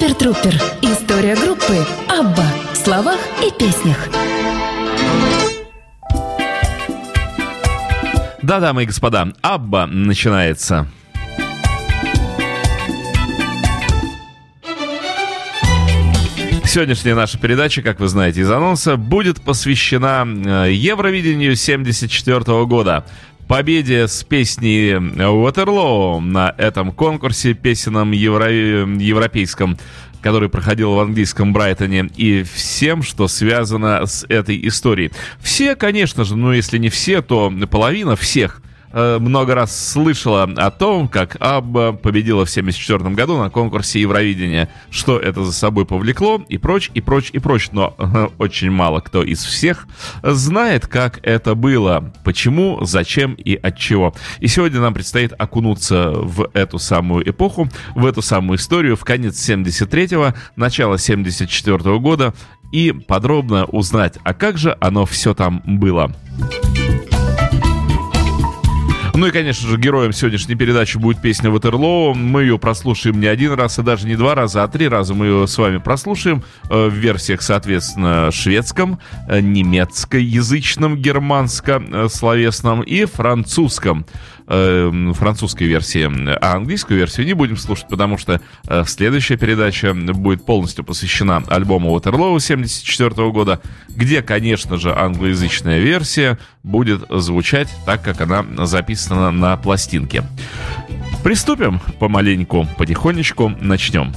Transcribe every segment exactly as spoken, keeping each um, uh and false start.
Супер Трупер. История группы Абба в словах и песнях. Да, дамы и господа, Абба начинается. Сегодняшняя наша передача, как вы знаете из анонса, будет посвящена Евровидению семьдесят четвёртого года. Победе с песней «Waterloo» на этом конкурсе песенном евро... европейском, который проходил в английском Брайтоне, и всем, что связано с этой историей. Все, конечно же, ну если не все, то половина всех много раз слышала о том, как Абба победила в семьдесят четвёртом году на конкурсе Евровидения, что это за собой повлекло, и прочь, и прочь, и прочь. Но э, очень мало кто из всех знает, как это было, почему, зачем и от чего. И сегодня нам предстоит окунуться в эту самую эпоху, в эту самую историю, в конец семьдесят третьего, начало семьдесят четвёртого года, и подробно узнать, а как же оно все там было. Ну и, конечно же, героем сегодняшней передачи будет песня «Waterloo». Мы ее прослушаем не один раз, и даже не два раза, а три раза мы ее с вами прослушаем в версиях, соответственно, шведском, немецкоязычном, германско-словесном и французском. Французской версии, а английскую версию не будем слушать, потому что следующая передача будет полностью посвящена альбому «Waterloo» семьдесят четвёртого года, где, конечно же, англоязычная версия будет звучать так, как она записана на пластинке. Приступим помаленьку, потихонечку начнем.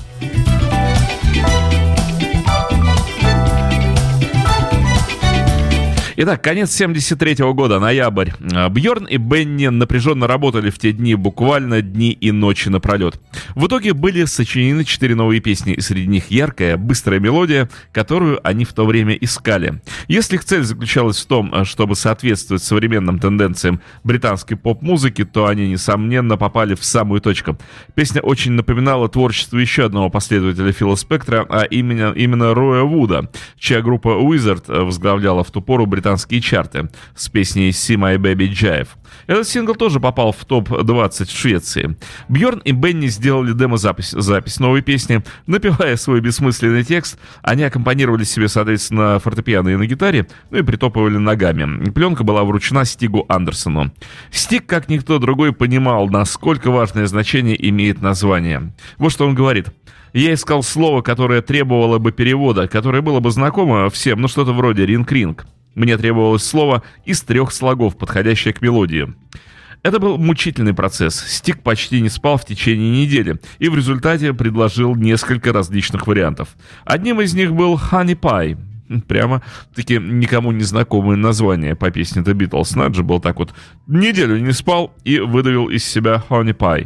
Итак, конец семьдесят третьего года, ноябрь. Бьорн и Бенни напряженно работали в те дни, буквально дни и ночи напролет. В итоге были сочинены четыре новые песни, и среди них яркая, быстрая мелодия, которую они в то время искали. Если их цель заключалась в том, чтобы соответствовать современным тенденциям британской поп-музыки, то они, несомненно, попали в самую точку. Песня очень напоминала творчество еще одного последователя Фила Спектора, а именно, именно Роя Вуда, чья группа Wizard возглавляла в ту пору британские чарты с песней «See My Baby Jive». Этот сингл тоже попал в топ двадцать в Швеции. Бьорн и Бенни сделали демо-запись запись новой песни. Напевая свой бессмысленный текст, они аккомпанировали себе, соответственно, на фортепиано и на гитаре, ну и притопывали ногами. Пленка была вручена Стигу Андерсону. Стиг, как никто другой, понимал, насколько важное значение имеет название. Вот что он говорит. «Я искал слово, которое требовало бы перевода, которое было бы знакомо всем, ну что-то вроде «ринг-ринг». Мне требовалось слово из трех слогов, подходящее к мелодии». Это был мучительный процесс. Стиг почти не спал в течение недели и в результате предложил несколько различных вариантов. Одним из них был «Honey Pie». Прямо-таки никому не знакомое название по песне The Beatles. Наджи был так вот неделю не спал и выдавил из себя «Honey Pie».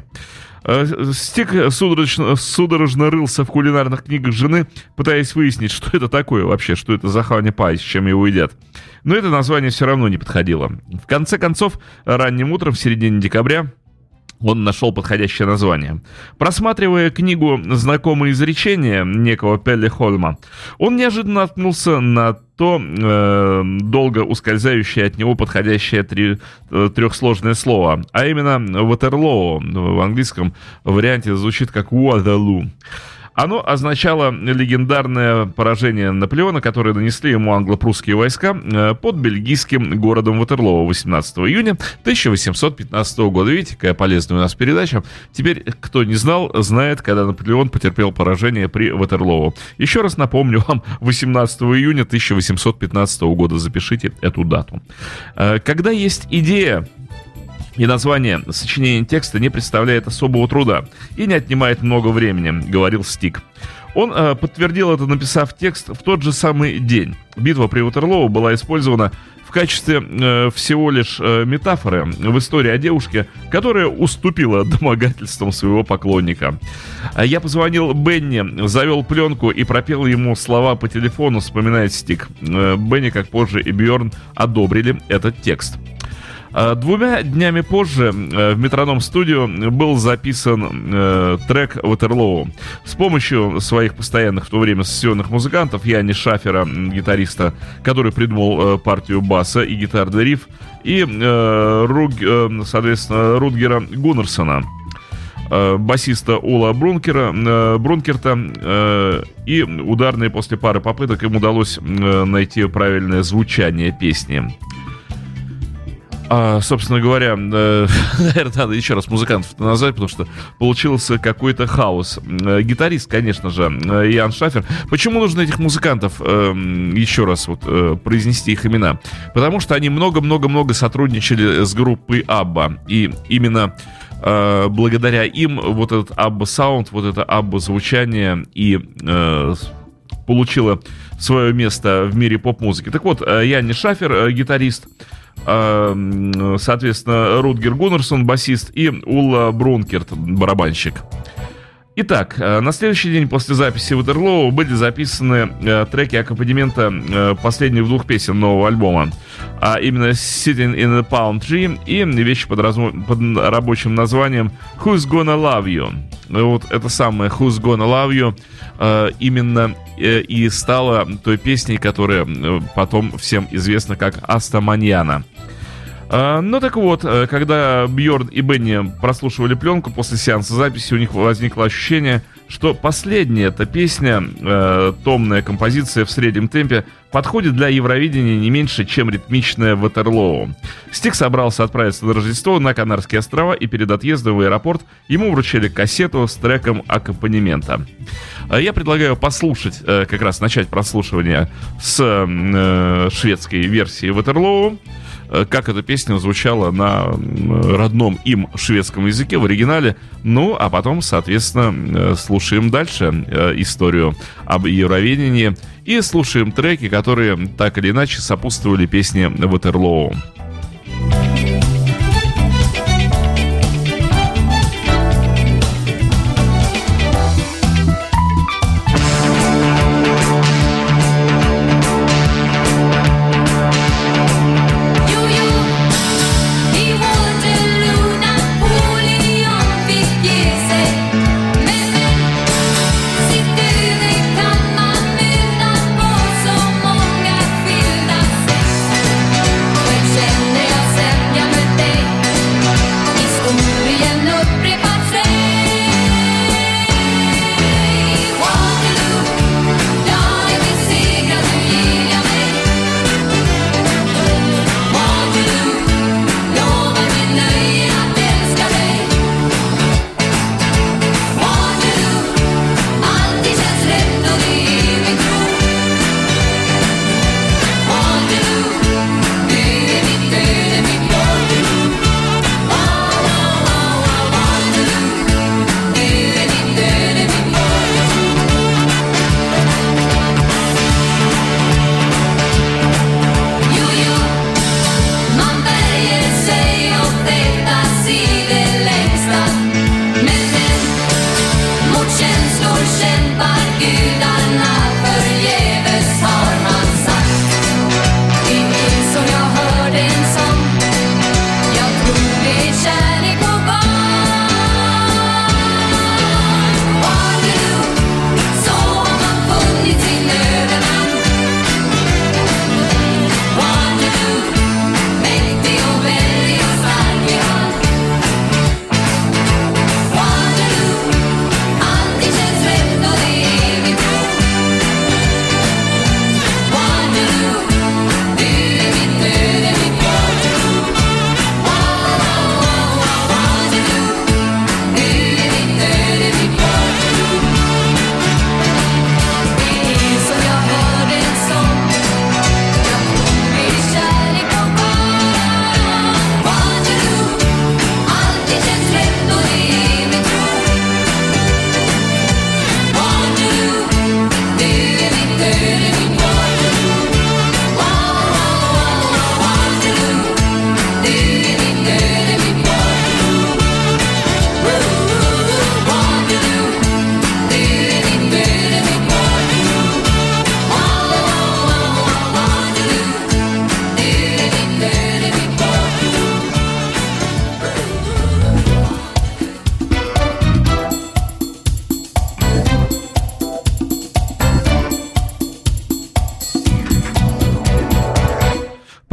Стиг судорожно, судорожно рылся в кулинарных книгах жены, пытаясь выяснить, что это такое вообще, что это за honey pie, с чем его едят. Но это название все равно не подходило. В конце концов, ранним утром, в середине декабря, он нашел подходящее название. Просматривая книгу «Знакомые изречения» некого Пелли Хольма, он неожиданно наткнулся на то э, долго ускользающее от него подходящее три, э, трехсложное слово, а именно «Waterloo». В английском варианте звучит как «Waterloo». Оно означало легендарное поражение Наполеона, которое нанесли ему англо-прусские войска под бельгийским городом Ватерлоо восемнадцатого июня тысяча восемьсот пятнадцатого года. Видите, какая полезная у нас передача. Теперь, кто не знал, знает, когда Наполеон потерпел поражение при Ватерлоо. Еще раз напомню вам, восемнадцатого июня тысяча восемьсот пятнадцатого года. Запишите эту дату. Когда есть идея, и название сочинения текста не представляет особого труда и не отнимает много времени, говорил Стиг. Он э, подтвердил это, написав текст в тот же самый день. Битва при Ватерлоо была использована в качестве э, всего лишь э, метафоры в истории о девушке, которая уступила домогательствам своего поклонника. «Я позвонил Бенни, завел пленку и пропел ему слова по телефону», вспоминает Стиг. Э, Бенни, как позже и Бьорн, одобрили этот текст. Двумя днями позже в Метроном-студио был записан э, трек «Waterloo». С помощью своих постоянных в то время сессионных музыкантов, Янни Шафера, гитариста, который придумал э, партию баса и гитарный риф, и, э, Руг, э, соответственно, Рутгера Гуннерсона. э, басиста Ула Брункера, э, Брункерта, э, и ударные после пары попыток им удалось э, найти правильное звучание песни. А, собственно говоря, э, наверное, надо еще раз музыкантов назвать, потому что получился какой-то хаос. Э, гитарист, конечно же, э, Ян Шафер. Почему нужно этих музыкантов э, еще раз вот, э, произнести их имена? Потому что они много-много-много сотрудничали с группой Абба. И именно э, благодаря им вот этот Абба-саунд, вот это Абба-звучание и э, получило свое место в мире поп-музыки. Так вот, э, Янни Шафер, э, гитарист, соответственно, Рутгер Гуннарсон, басист, и Ула Брункерт, барабанщик. Итак, на следующий день после записи Waterloo были записаны треки аккомпанемента последних двух песен нового альбома, а именно Sitting in a Palm Tree и вещи под, размо... под рабочим названием Who's Gonna Love You. Вот это самое Who's Gonna Love You именно и стала той песней, которая потом всем известна как Asta Mañana. Ну так вот, когда Бьорн и Бенни прослушивали пленку после сеанса записи, у них возникло ощущение, что последняя эта песня, э, томная композиция в среднем темпе, подходит для Евровидения не меньше, чем ритмичная Waterloo. Стик собрался отправиться на Рождество на Канарские острова, и перед отъездом в аэропорт ему вручили кассету с треком аккомпанемента. Я предлагаю послушать, э, как раз начать прослушивание с э, шведской версии Waterloo, как эта песня звучала на родном им шведском языке в оригинале. Ну, а потом, соответственно, слушаем дальше историю об Евровидении и слушаем треки, которые так или иначе сопутствовали песне Waterloo. Sätt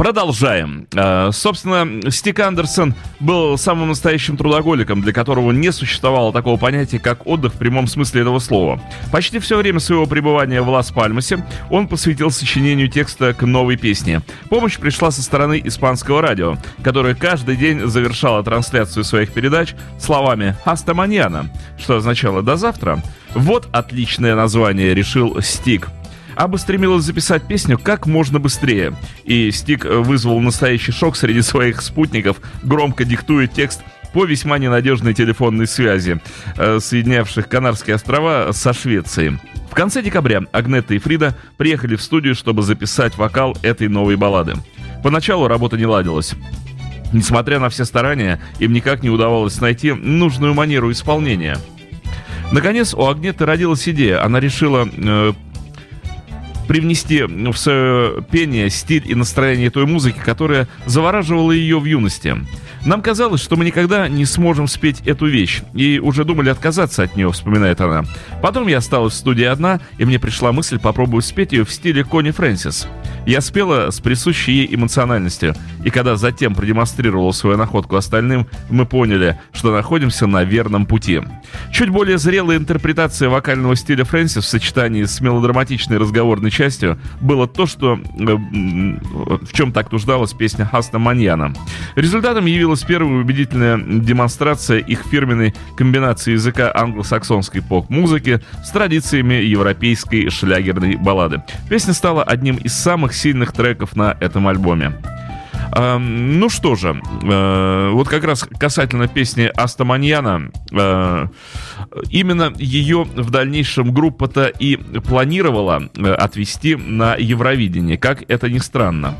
Продолжаем. Собственно, Стик Андерсон был самым настоящим трудоголиком, для которого не существовало такого понятия, как отдых в прямом смысле этого слова. Почти все время своего пребывания в Лас-Пальмасе он посвятил сочинению текста к новой песне. Помощь пришла со стороны испанского радио, которое каждый день завершало трансляцию своих передач словами «Hasta mañana», что означало «до завтра». Вот отличное название, решил Стик. Абба стремилась записать песню как можно быстрее, и Стик вызвал настоящий шок среди своих спутников, громко диктуя текст по весьма ненадежной телефонной связи, соединявших Канарские острова со Швецией. В конце декабря Агнетта и Фрида приехали в студию, чтобы записать вокал этой новой баллады. Поначалу работа не ладилась. Несмотря на все старания, им никак не удавалось найти нужную манеру исполнения. Наконец, у Агнетты родилась идея. Она решила э, привнести в свое пение стиль и настроение той музыки, которая завораживала ее в юности. Нам казалось, что мы никогда не сможем спеть эту вещь, и уже думали отказаться от нее, вспоминает она. Потом я осталась в студии одна, и мне пришла мысль попробовать спеть ее в стиле Кони Фрэнсис. Я спела с присущей ей эмоциональностью, и когда затем продемонстрировала свою находку остальным, мы поняли, что находимся на верном пути. Чуть более зрелая интерпретация вокального стиля Фрэнсис в сочетании с мелодраматичной разговорной частью было то, что, в чем так нуждалась песня «Hasta mañana». Результатом явилась первая убедительная демонстрация их фирменной комбинации языка англосаксонской поп-музыки с традициями европейской шлягерной баллады. Песня стала одним из самых сильных треков на этом альбоме. Uh, ну что же, uh, вот как раз касательно песни «Hasta mañana», uh, именно ее в дальнейшем группа-то и планировала uh, отвезти на Евровидение, как это ни странно.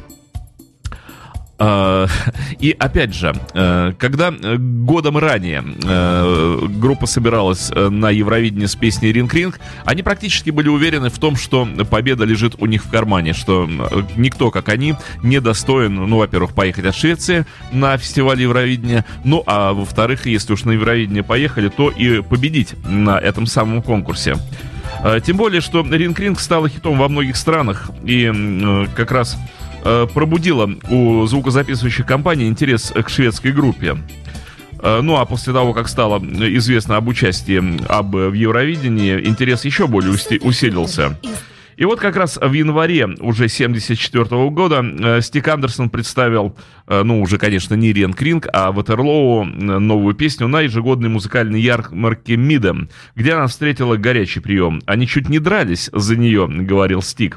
И опять же, когда годом ранее группа собиралась на Евровидение с песней «Ринг Ринг», они практически были уверены в том, что победа лежит у них в кармане, что никто, как они, не достоин, ну, во-первых, поехать от Швеции на фестиваль Евровидения, ну, а во-вторых, если уж на Евровидение поехали, то и победить на этом самом конкурсе. Тем более, что «Ринг Ринг» стала хитом во многих странах, и как раз пробудила у звукозаписывающих компаний интерес к шведской группе. Ну а после того, как стало известно об участии Аббы в Евровидении, интерес еще более усилился. И вот как раз в январе уже семьдесят четвёртого года Стик Андерсон представил, ну уже, конечно, не «Ринг Ринг», а «Ватерлоу», новую песню на ежегодной музыкальной ярмарке Мидем, где она встретила горячий прием. «Они чуть не дрались за нее», — говорил Стик.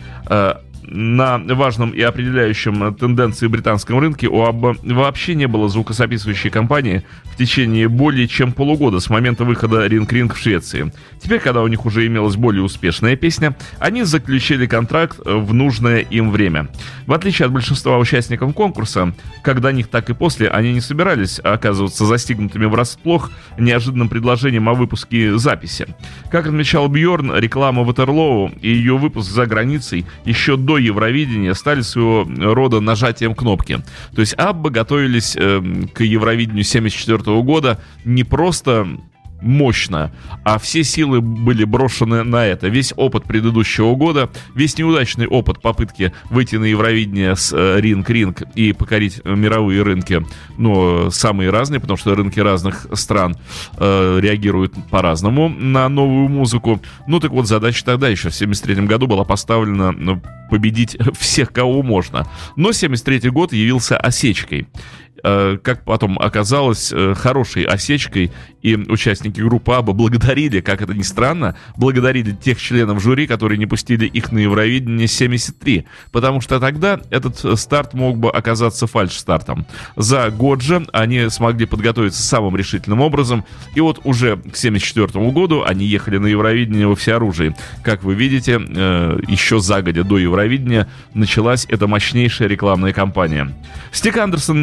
На важном и определяющем тенденции британском рынке у Абба вообще не было звукозаписывающей компании в течение более чем полугода с момента выхода «Ринг Ринг» в Швеции. Теперь, когда у них уже имелась более успешная песня, они заключили контракт в нужное им время. В отличие от большинства участников конкурса, как до них, так и после, они не собирались оказываться застигнутыми врасплох неожиданным предложением о выпуске записи. Как отмечал Бьорн, реклама «Ватерлоу» и ее выпуск за границей еще до Евровидения стали своего рода нажатием кнопки. То есть Абба готовились э, к Евровидению семьдесят четвёртого года не просто мощно, а все силы были брошены на это. Весь опыт предыдущего года, весь неудачный опыт попытки выйти на Евровидение с э, «Ринг Ринг» и покорить мировые рынки, ну, самые разные, потому что рынки разных стран э, реагируют по-разному на новую музыку. Ну, так вот, задача тогда еще в семьдесят третьем году была поставлена, ну, победить всех, кого можно. Но семьдесят третий год явился осечкой. Как потом оказалось, хорошей осечкой, и участники группы Абба благодарили, как это ни странно, благодарили тех членов жюри, которые не пустили их на Евровидение семьдесят три, потому что тогда этот старт мог бы оказаться фальш-стартом. За год же они смогли подготовиться самым решительным образом, и вот уже к семьдесят четвёртому году они ехали на Евровидение во всеоружии. Как вы видите, еще загодя до Евровидения началась эта мощнейшая рекламная кампания. Стик Андерсон ничего не оставил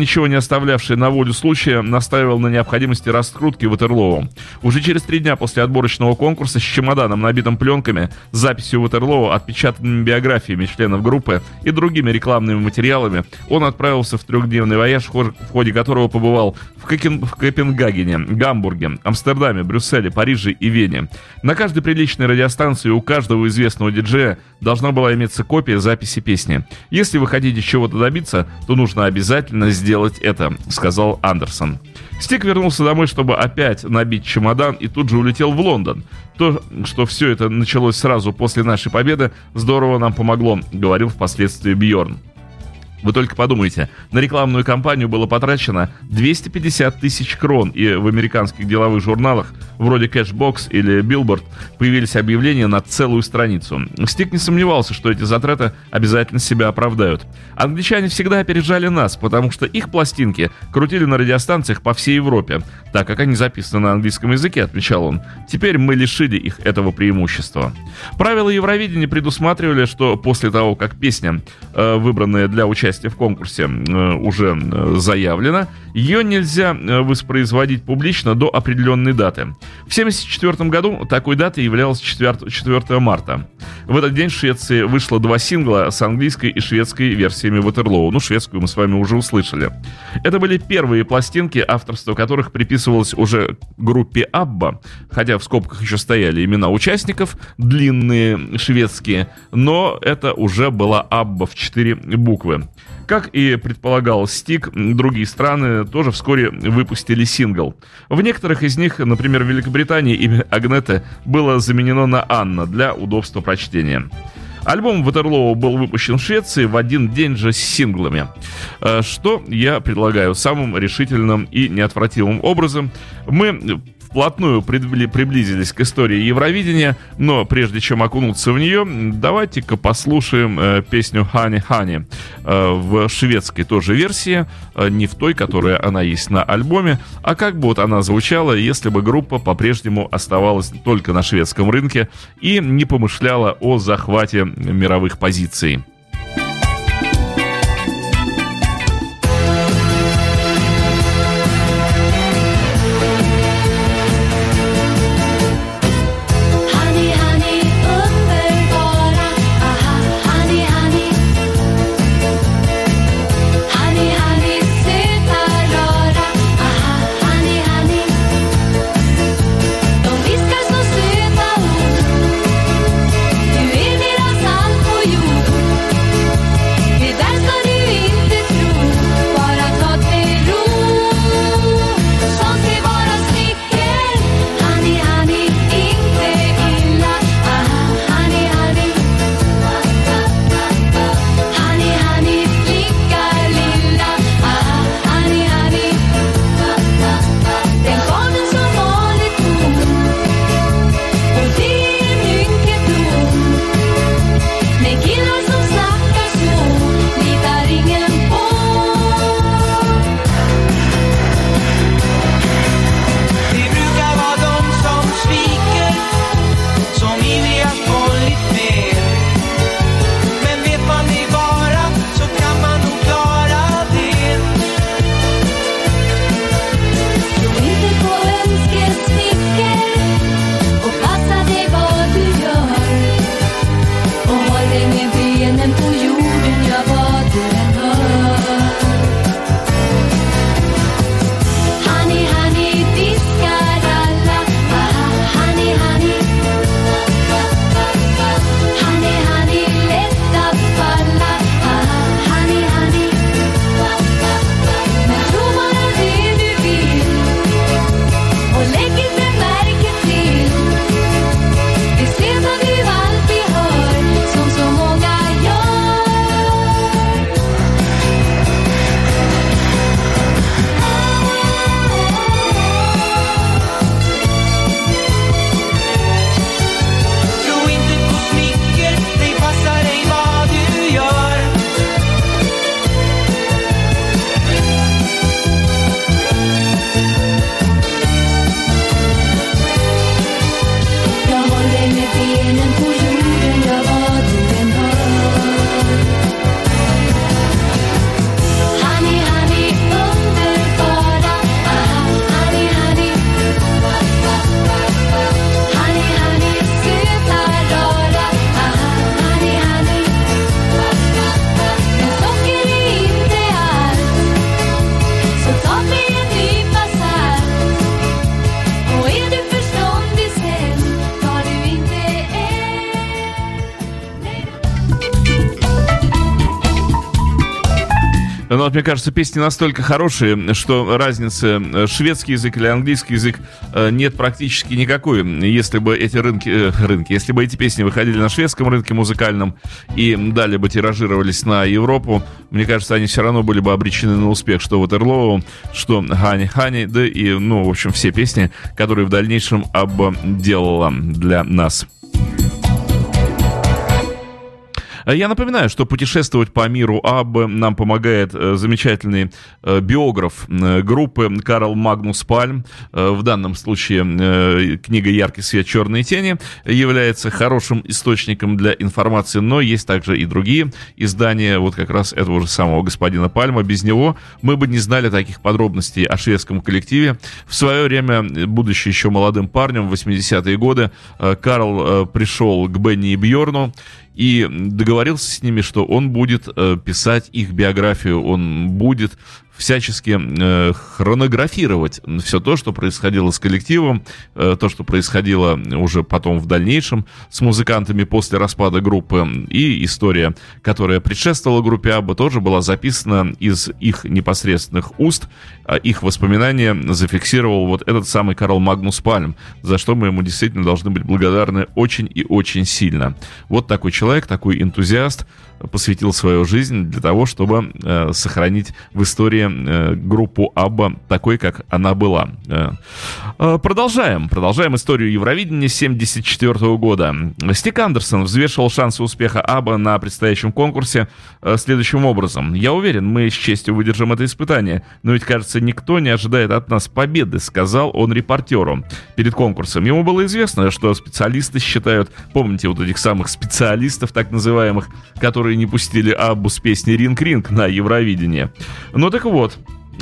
оставлявший на волю случая, настаивал на необходимости раскрутки Ватерлоу. Уже через три дня после отборочного конкурса с чемоданом, набитым пленками, записью Ватерлоу, отпечатанными биографиями членов группы и другими рекламными материалами, он отправился в трехдневный вояж, в ходе которого побывал в, Кокен... в Копенгагене, Гамбурге, Амстердаме, Брюсселе, Париже и Вене. На каждой приличной радиостанции у каждого известного диджея должна была иметься копия записи песни. «Если вы хотите чего-то добиться, то нужно обязательно сделать это», — сказал Андерсон. Стик вернулся домой, чтобы опять набить чемодан, и тут же улетел в Лондон. То, что все это началось сразу после нашей победы, здорово нам помогло, говорил впоследствии Бьорн. Вы только подумайте, на рекламную кампанию было потрачено двести пятьдесят тысяч крон, и в американских деловых журналах, вроде Cashbox или Billboard, появились объявления на целую страницу. Стик не сомневался, что эти затраты обязательно себя оправдают. Англичане всегда опережали нас, потому что их пластинки крутили на радиостанциях по всей Европе, так как они записаны на английском языке, отмечал он. Теперь мы лишили их этого преимущества. Правила Евровидения предусматривали, что после того, как песня, э, выбранная для участия в конкурсе, э, уже э, заявлена, ее нельзя э, воспроизводить публично до определенной даты. В семьдесят четвёртом году такой датой являлась четвёртого марта. В этот день в Швеции вышло два сингла с английской и шведской версиями Ватерлоу. Ну, шведскую мы с вами уже услышали. Это были первые пластинки, авторство которых приписывалось уже группе Абба, хотя в скобках еще стояли имена участников, длинные шведские, но это уже была Абба в четыре буквы. Как и предполагал Стик, другие страны тоже вскоре выпустили сингл. В некоторых из них, например, в Великобритании, имя Агнете было заменено на Анна для удобства прочтения. Альбом Ватерлоу был выпущен в Швеции в один день же с синглами. Что я предлагаю самым решительным и неотвратимым образом. Мы вплотную приблизились к истории Евровидения, но прежде чем окунуться в нее, давайте-ка послушаем э, песню «Honey, Honey» э, в шведской тоже версии, э, не в той, которая она есть на альбоме, а как бы вот она звучала, если бы группа по-прежнему оставалась только на шведском рынке и не помышляла о захвате мировых позиций. Du är deras allt på jord. Но вот, мне кажется, песни настолько хорошие, что разницы шведский язык или английский язык нет практически никакой. Если бы эти рынки, э, рынки, если бы эти песни выходили на шведском рынке музыкальном и далее бы тиражировались на Европу, мне кажется, они все равно были бы обречены на успех, что Waterloo, что Хани Хани, да и, ну, в общем, все песни, которые в дальнейшем Абба делала для нас. Я напоминаю, что путешествовать по миру Аббы нам помогает замечательный биограф группы Карл Магнус Пальм. В данном случае книга «Яркий свет, черные тени» является хорошим источником для информации, но есть также и другие издания вот как раз этого же самого господина Пальма. Без него мы бы не знали таких подробностей о шведском коллективе. В свое время, будучи еще молодым парнем, в восьмидесятые годы, Карл пришел к Бенни и Бьорну и договорился с ними, что он будет э, писать их биографию, он будет всячески э, хронографировать все то, что происходило с коллективом, э, то, что происходило уже потом в дальнейшем с музыкантами после распада группы. И история, которая предшествовала группе Абба, тоже была записана из их непосредственных уст. А их воспоминания зафиксировал вот этот самый Карл Магнус Пальм, за что мы ему действительно должны быть благодарны очень и очень сильно. Вот такой человек, такой энтузиаст посвятил свою жизнь для того, чтобы э, сохранить в истории э, группу Абба такой, как она была. Э, э, продолжаем. Продолжаем историю Евровидения семьдесят четвёртого года. Стик Андерсон взвешивал шансы успеха Абба на предстоящем конкурсе э, следующим образом. «Я уверен, мы с честью выдержим это испытание, но ведь, кажется, никто не ожидает от нас победы», сказал он репортеру перед конкурсом. Ему было известно, что специалисты считают, помните вот этих самых специалистов, так называемых, которые не пустили Аббу с песней «Ринг-ринг» на Евровидение. Ну так вот,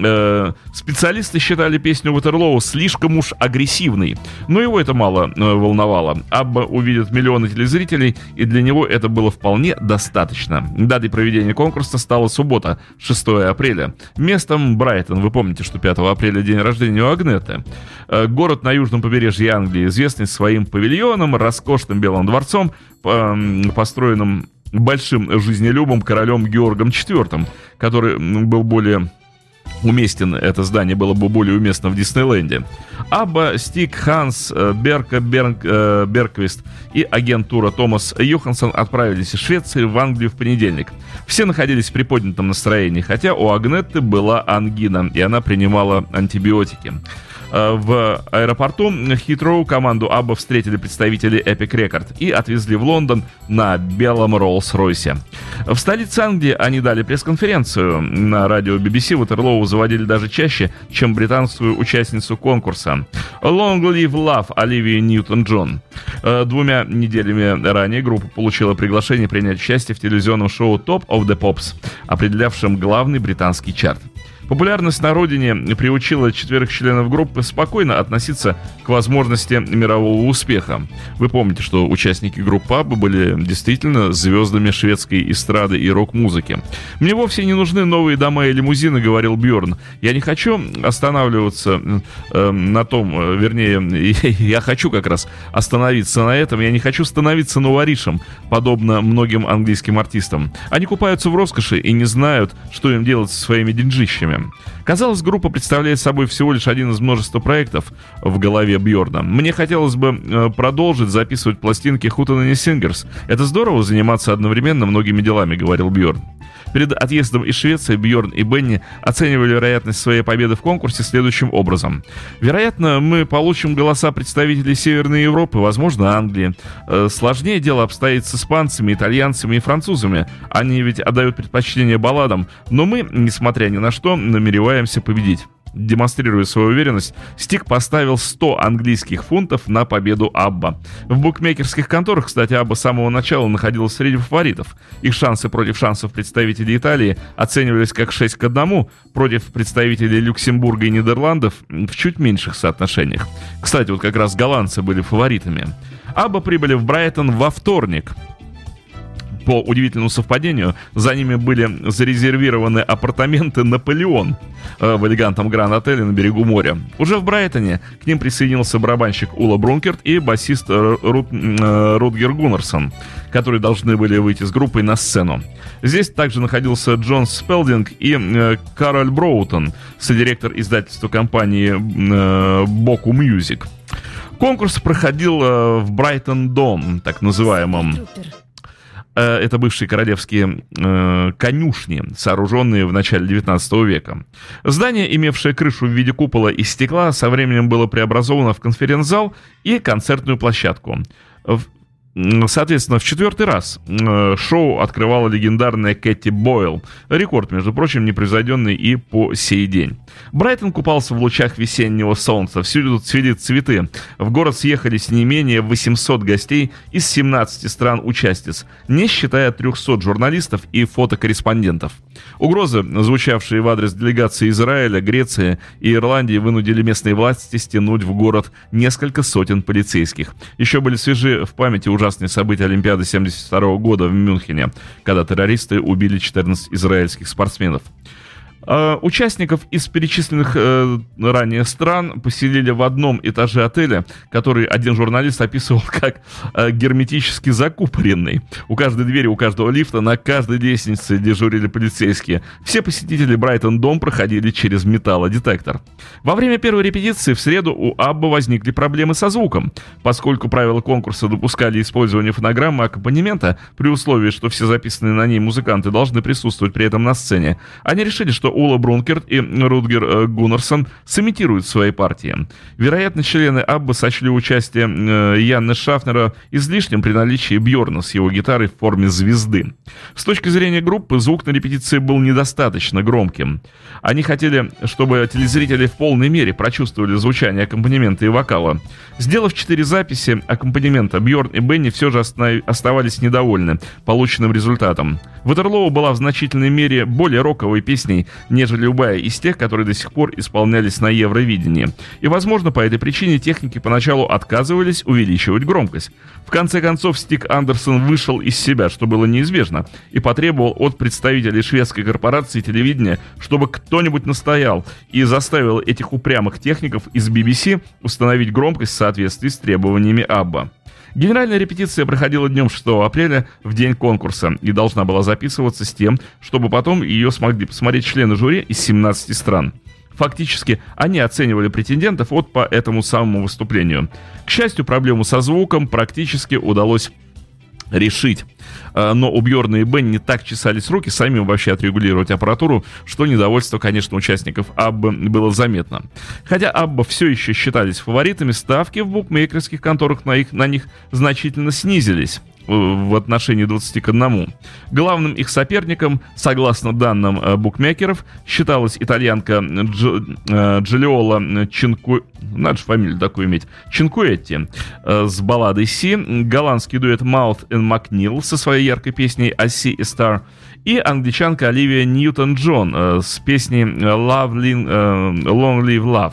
э, специалисты считали песню Waterloo слишком уж агрессивной, но его это мало э, волновало. Абба увидит миллионы телезрителей, и для него это было вполне достаточно. Датой проведения конкурса стала суббота, шестого апреля. Местом Брайтон. Вы помните, что пятого апреля день рождения у Агнеты. Э, город на южном побережье Англии, известный своим павильоном, роскошным белым дворцом, э, построенным большим жизнелюбом королем Георгом четвёртым, который был более уместен, это здание было бы более уместно в Диснейленде. Абба, Стик, Ханс, Берка, Берг, Берквист и агент тура Томас Йоханссон отправились из Швеции в Англию в понедельник. Все находились в приподнятом настроении, хотя у Агнетты была ангина, и она принимала антибиотики. В аэропорту Хитроу команду Абба встретили представители Epic Record и отвезли в Лондон на белом Роллс-Ройсе. В столице Англии они дали пресс-конференцию. На радио би би си Waterloo заводили даже чаще, чем британскую участницу конкурса. Long Live Love Оливии Ньютон-Джон. Двумя неделями ранее группа получила приглашение принять участие в телевизионном шоу Top of the Pops, определявшем главный британский чарт. Популярность на родине приучила четверых членов группы спокойно относиться к возможности мирового успеха. Вы помните, что участники группы Абба были действительно звездами шведской эстрады и рок-музыки. «Мне вовсе не нужны новые дома и лимузины», — говорил Бьорн. «Я не хочу останавливаться э, на том, вернее, я хочу как раз остановиться на этом. Я не хочу становиться новоришем, подобно многим английским артистам. Они купаются в роскоши и не знают, что им делать со своими деньжищами». Казалось, группа представляет собой всего лишь один из множества проектов в голове Бьорна. «Мне хотелось бы э, продолжить записывать пластинки Hootenanny Singers. Это здорово заниматься одновременно многими делами», — говорил Бьорн. Перед отъездом из Швеции Бьорн и Бенни оценивали вероятность своей победы в конкурсе следующим образом. «Вероятно, мы получим голоса представителей Северной Европы, возможно, Англии. Э, сложнее дело обстоит с испанцами, итальянцами и французами. Они ведь отдают предпочтение балладам, но мы, несмотря ни на что, намереваемся победить». Демонстрируя свою уверенность, Стик поставил сто английских фунтов на победу Абба. В букмекерских конторах, кстати, Абба с самого начала находилась среди фаворитов. Их шансы против шансов представителей Италии оценивались как шесть к одному, против представителей Люксембурга и Нидерландов в чуть меньших соотношениях. Кстати, вот как раз голландцы были фаворитами. Абба прибыли в Брайтон во вторник. По удивительному совпадению, за ними были зарезервированы апартаменты «Наполеон» в элегантном гранд-отеле на берегу моря. Уже в Брайтоне к ним присоединился барабанщик Ула Брункерт и басист Рут, Рутгер Гуннарсон, которые должны были выйти с группой на сцену. Здесь также находился Джон Спелдинг и Кароль Броутон, содиректор издательства компании Боку Мьюзик. Конкурс проходил в Брайтон-Дом, так называемом. Это бывшие королевские э, конюшни, сооруженные в начале девятнадцатого века. Здание, имевшее крышу в виде купола из стекла, со временем было преобразовано в конференц-зал и концертную площадку. В Соответственно, в четвертый раз э, шоу открывала легендарная Кэти Бойл. Рекорд, между прочим, непревзойденный и по сей день. Брайтон купался в лучах весеннего солнца. Всюду цвели цветы. В город съехались не менее восемьсот гостей из семнадцати стран-участниц, не считая трехсот журналистов и фотокорреспондентов. Угрозы, звучавшие в адрес делегации Израиля, Греции и Ирландии, вынудили местные власти стянуть в город несколько сотен полицейских. Еще были свежи в памяти ужасные события Олимпиады семьдесят второго года в Мюнхене, когда террористы убили четырнадцать израильских спортсменов. Участников из перечисленных э, ранее стран поселили в одном этаже отеля, который один журналист описывал как э, герметически закупоренный. У каждой двери, у каждого лифта, на каждой лестнице дежурили полицейские. Все посетители Брайтон-Дом проходили через металлодетектор. Во время первой репетиции в среду у Абба возникли проблемы со звуком. Поскольку правила конкурса допускали использование фонограммы аккомпанемента при условии, что все записанные на ней музыканты должны присутствовать при этом на сцене, они решили, что Ула Брункерт и Рутгер Гуннарсон сымитируют свои партии. Вероятно, члены Абба сочли участие Янны Шафнера излишним при наличии Бьорна с его гитарой в форме звезды. С точки зрения группы, звук на репетиции был недостаточно громким. Они хотели, чтобы телезрители в полной мере прочувствовали звучание аккомпанемента и вокала. Сделав четыре записи аккомпанемента, Бьорн и Бенни все же оставались недовольны полученным результатом. Ватерлоу была в значительной мере более роковой песней, нежели любая из тех, которые до сих пор исполнялись на Евровидении. И, возможно, по этой причине техники поначалу отказывались увеличивать громкость. В конце концов, Стиг Андерсон вышел из себя, что было неизбежно, и потребовал от представителей шведской корпорации телевидения, чтобы кто-нибудь настоял и заставил этих упрямых техников из би би си установить громкость в соответствии с требованиями Абба. Генеральная репетиция проходила днем шестого апреля, в день конкурса, и должна была записываться с тем, чтобы потом ее смогли посмотреть члены жюри из семнадцати стран. Фактически, они оценивали претендентов вот по этому самому выступлению. К счастью, проблему со звуком практически удалось решить. Но у Бьорна и Бенни так чесались руки самим вообще отрегулировать аппаратуру, что недовольство, конечно, участников Абба было заметно. Хотя Абба все еще считались фаворитами, ставки в букмекерских конторах на, их, на них значительно снизились в отношении двадцати к одному. Главным их соперником, согласно данным э, букмекеров, считалась итальянка Дж, э, Джулиола Чинку... Надо же фамилию такую иметь. Чинкуэтти э, с балладой «Си», голландский дуэт Mouth and Макнил со своей яркой песней «I See a Star» и англичанка Оливия Ньютон-Джон э, с песней Love, э, Long Live Love.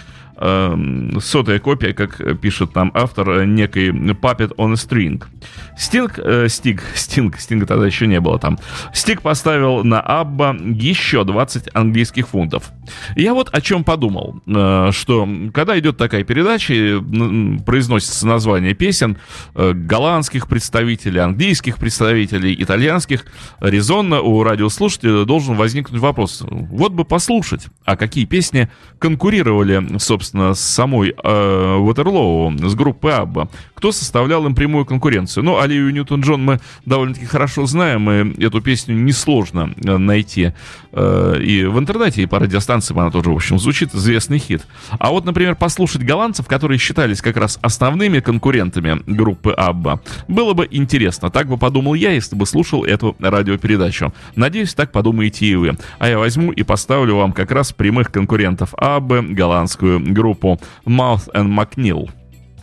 Сотая копия, как пишет нам автор, некой Puppet on a String. Стинг, э, Стиг, Стинг, Стинга тогда еще не было там. Стиг поставил на Абба еще двадцать английских фунтов. Я вот о чем подумал, э, что когда идет такая передача, э, произносится название песен э, голландских представителей, английских представителей, итальянских, резонно у радиослушателя должен возникнуть вопрос. Вот бы послушать, а какие песни конкурировали, собственно, с самой э, Ватерлоу, с группой Абба. Кто составлял им прямую конкуренцию? Ну, Оливию Ньютон-Джон мы довольно-таки хорошо знаем, и эту песню несложно найти э, и в интернете, и по радиостанциям она тоже, в общем, звучит, известный хит. А вот, например, послушать голландцев, которые считались как раз основными конкурентами группы Абба, было бы интересно. Так бы подумал я, если бы слушал эту радиопередачу. Надеюсь, так подумаете и вы. А я возьму и поставлю вам как раз прямых конкурентов Аббы, голландскую группу Mouth and Macneill.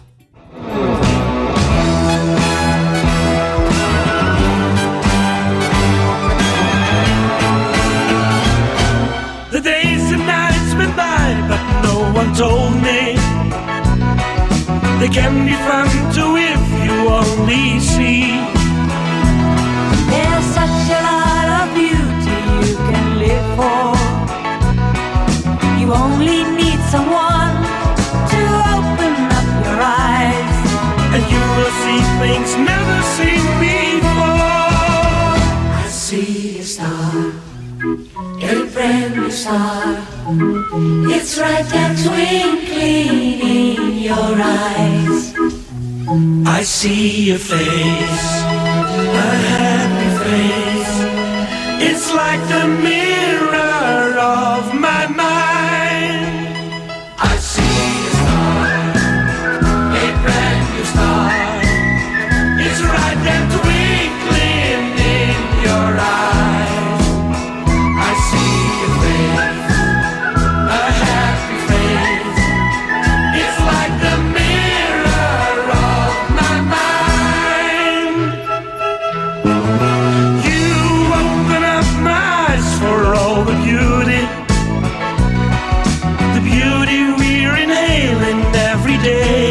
The days and nights went by, but no one told me they can be fun too if you only see star. It's right there twinkling in your eyes. I see your face, a happy face. It's like the mirror of my mind. I see a star, a brand new star. It's right there twinkling in your eyes. I see your face, a happy face. It's like the mirror of my mind. You open up my eyes for all the beauty, the beauty we're inhaling every day.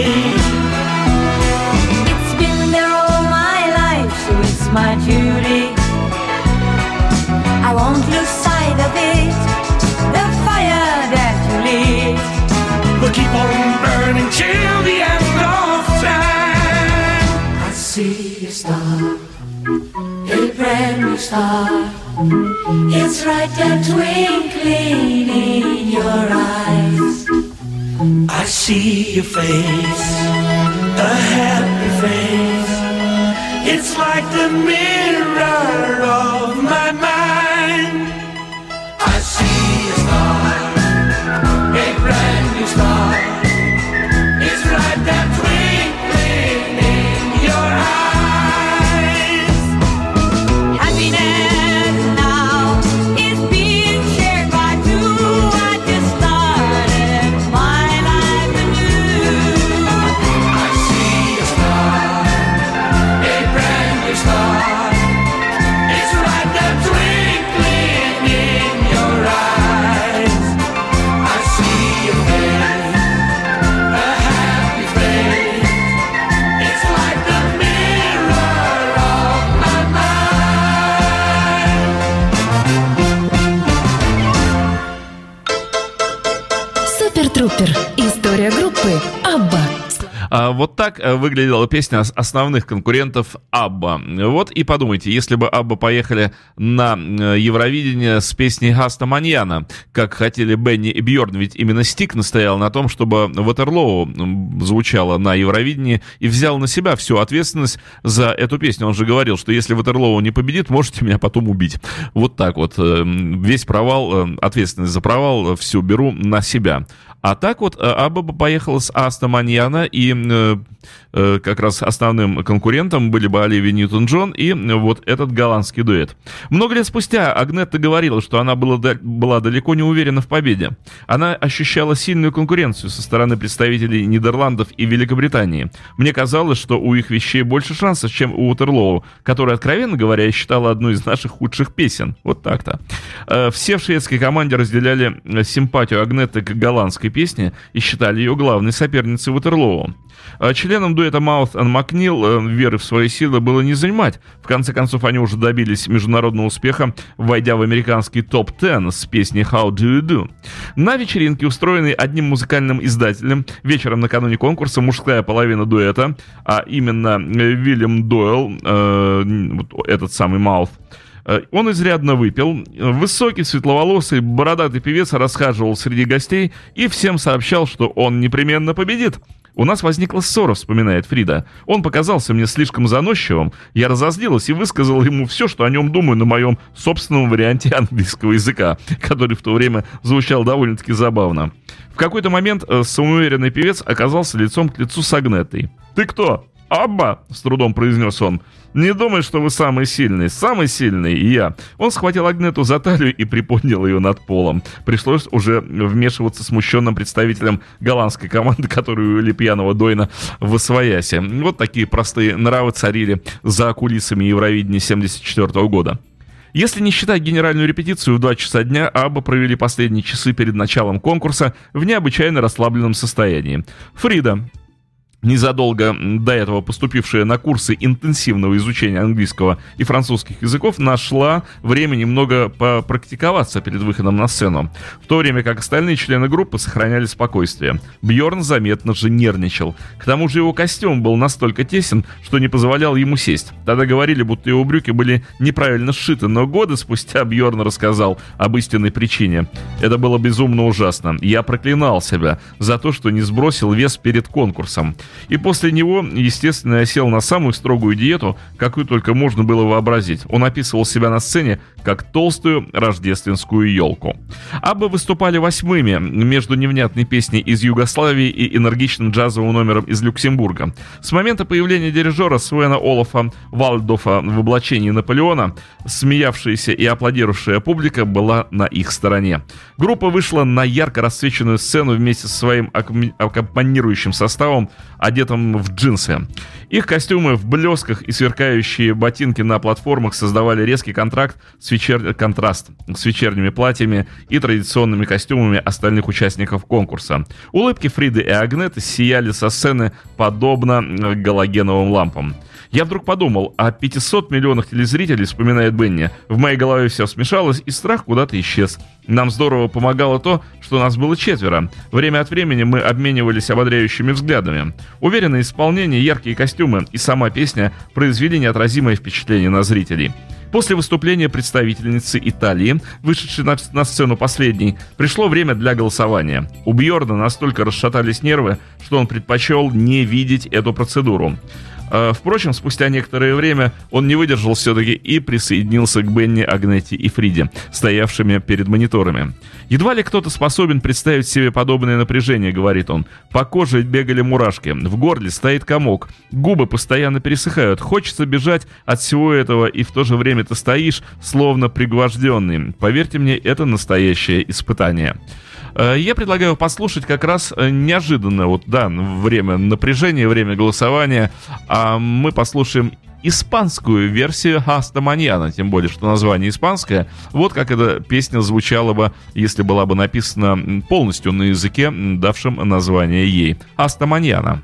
It's been there all my life, so it's my duty. I won't lose sight of it, the fire that you lit. We'll keep on burning till the end of time. I see a star, a brand new star. It's right there twinkling in your eyes. I see your face, a happy face. It's like the mirror of my mind. I see a star, a brand new star. It's right there twinkling in your eyes. Happiness now is being shared by two. I just started my life anew. I see a star, a brand new star. It's right there twinkling in your eyes. I see your face, a happy face. It's like the mirror of my mind. Супер Трупер. История группы Абба. А вот так э, выглядела песня ос- основных конкурентов Абба. Вот и подумайте, если бы Абба поехали на э, Евровидение с песней Хаста Маньяна, как хотели Бенни и Бьорн, ведь именно Стик настоял на том, чтобы Ватерлоу м, звучала на Евровидении и взял на себя всю ответственность за эту песню. Он же говорил, что если Ватерлоу не победит, можете меня потом убить. Вот так вот. э, Весь провал, э, ответственность за провал э, всю беру на себя. А так вот, э, Абба бы поехала с Аста Маньяна, и э, э, как раз основным конкурентом были бы Оливия Ньютон-Джон и э, вот этот голландский дуэт. Много лет спустя Агнетта говорила, что она была, да- была далеко не уверена в победе. Она ощущала сильную конкуренцию со стороны представителей Нидерландов и Великобритании. Мне казалось, что у их вещей больше шансов, чем у Ватерлоу, которая, откровенно говоря, я считала одну из наших худших песен. Вот так-то. Э, Все в шведской команде разделяли э, симпатию Агнетты к голландской песне и считали ее главной соперницей Ватерлоу. А членам дуэта Mouth and McNeil веры в свои силы было не занимать. В конце концов, они уже добились международного успеха, войдя в американский топ десять с песней How Do You Do. На вечеринке, устроенной одним музыкальным издателем, вечером накануне конкурса мужская половина дуэта, а именно Уильям Дойл, э, вот этот самый Mouth, он изрядно выпил. Высокий, светловолосый, бородатый певец расхаживал среди гостей и всем сообщал, что он непременно победит. «У нас возникла ссора», — вспоминает Фрида. «Он показался мне слишком заносчивым. Я разозлилась и высказала ему все, что о нем думаю на моем собственном варианте английского языка, который в то время звучал довольно-таки забавно». В какой-то момент самоуверенный певец оказался лицом к лицу с Агнеттой. «Ты кто?» «Абба», — с трудом произнес он. «Не думай, что вы самый сильный. Самый сильный я». Он схватил Агнету за талию и приподнял ее над полом. Пришлось уже вмешиваться смущенным представителем голландской команды, которую увели пьяного Дойна в освояси. Вот такие простые нравы царили за кулисами Евровидения семьдесят четвёртого года. Если не считать генеральную репетицию в два часа дня, Абба провели последние часы перед началом конкурса в необычайно расслабленном состоянии. Фрида. незадолго до этого поступившая на курсы интенсивного изучения английского и французских языков, нашла время немного попрактиковаться перед выходом на сцену, в то время как остальные члены группы сохраняли спокойствие. Бьорн заметно же нервничал. К тому же его костюм был настолько тесен, что не позволял ему сесть. Тогда говорили, будто его брюки были неправильно сшиты, но годы спустя Бьорн рассказал об истинной причине. Это было безумно ужасно. Я проклинал себя за то, что не сбросил вес перед конкурсом. И после него, естественно, я сел на самую строгую диету, какую только можно было вообразить. Он описывал себя на сцене как толстую рождественскую елку. Абба выступали восьмыми между невнятной песней из Югославии и энергичным джазовым номером из Люксембурга. С момента появления дирижера Свена Олафа Вальдофа в облачении Наполеона, смеявшаяся и аплодировавшая публика была на их стороне. Группа вышла на ярко расцвеченную сцену вместе со своим аккомпанирующим составом, одетым в джинсы. Их костюмы в блесках и сверкающие ботинки на платформах создавали резкий контракт с вечер... контраст с вечерними платьями и традиционными костюмами остальных участников конкурса. Улыбки Фриды и Агнеты сияли со сцены подобно галогеновым лампам. Я вдруг подумал о пятисот миллионах телезрителей, вспоминает Бенни. В моей голове все смешалось, и страх куда-то исчез. Нам здорово помогало то, что нас было четверо. Время от времени мы обменивались ободряющими взглядами. Уверенное исполнение, яркие костюмы и сама песня произвели неотразимое впечатление на зрителей. После выступления представительницы Италии, вышедшей на, на сцену последней, пришло время для голосования. У Бьорна настолько расшатались нервы, что он предпочел не видеть эту процедуру. Впрочем, спустя некоторое время он не выдержал все-таки и присоединился к Бенни, Агнете и Фриде, стоявшими перед мониторами. «Едва ли кто-то способен представить себе подобное напряжение», — говорит он. «По коже бегали мурашки, в горле стоит комок, губы постоянно пересыхают, хочется бежать от всего этого, и в то же время ты стоишь, словно пригвожденный. Поверьте мне, это настоящее испытание». Я предлагаю послушать как раз неожиданно, вот, да, время напряжения, время голосования, а мы послушаем испанскую версию «Хаста Маньяна», тем более, что название испанское. Вот как эта песня звучала бы, если была бы написана полностью на языке, давшем название ей. «Хаста Маньяна».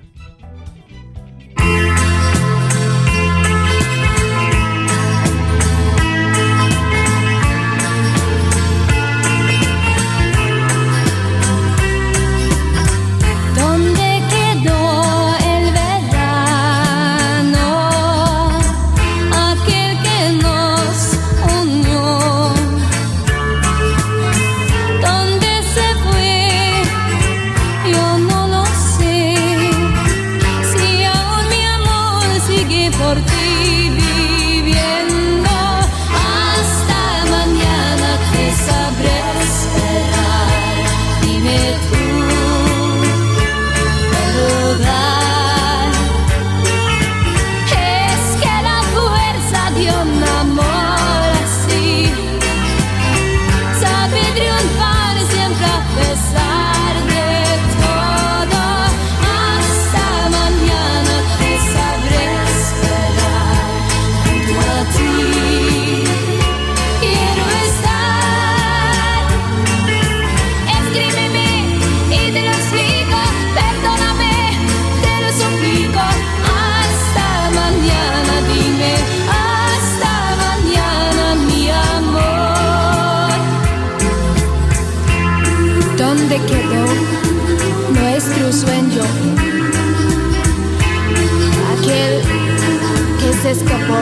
Escapó.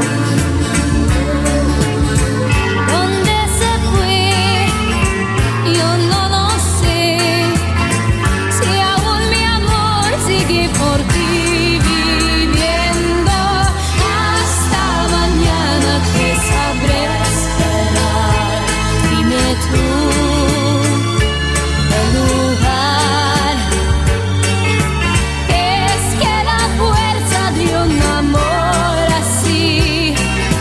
¿Dónde se fue? Yo no lo sé. Si aún mi amor sigue por ti viviendo, hasta mañana que sabré esperar. Dime tú el lugar. Es que la fuerza de un amor así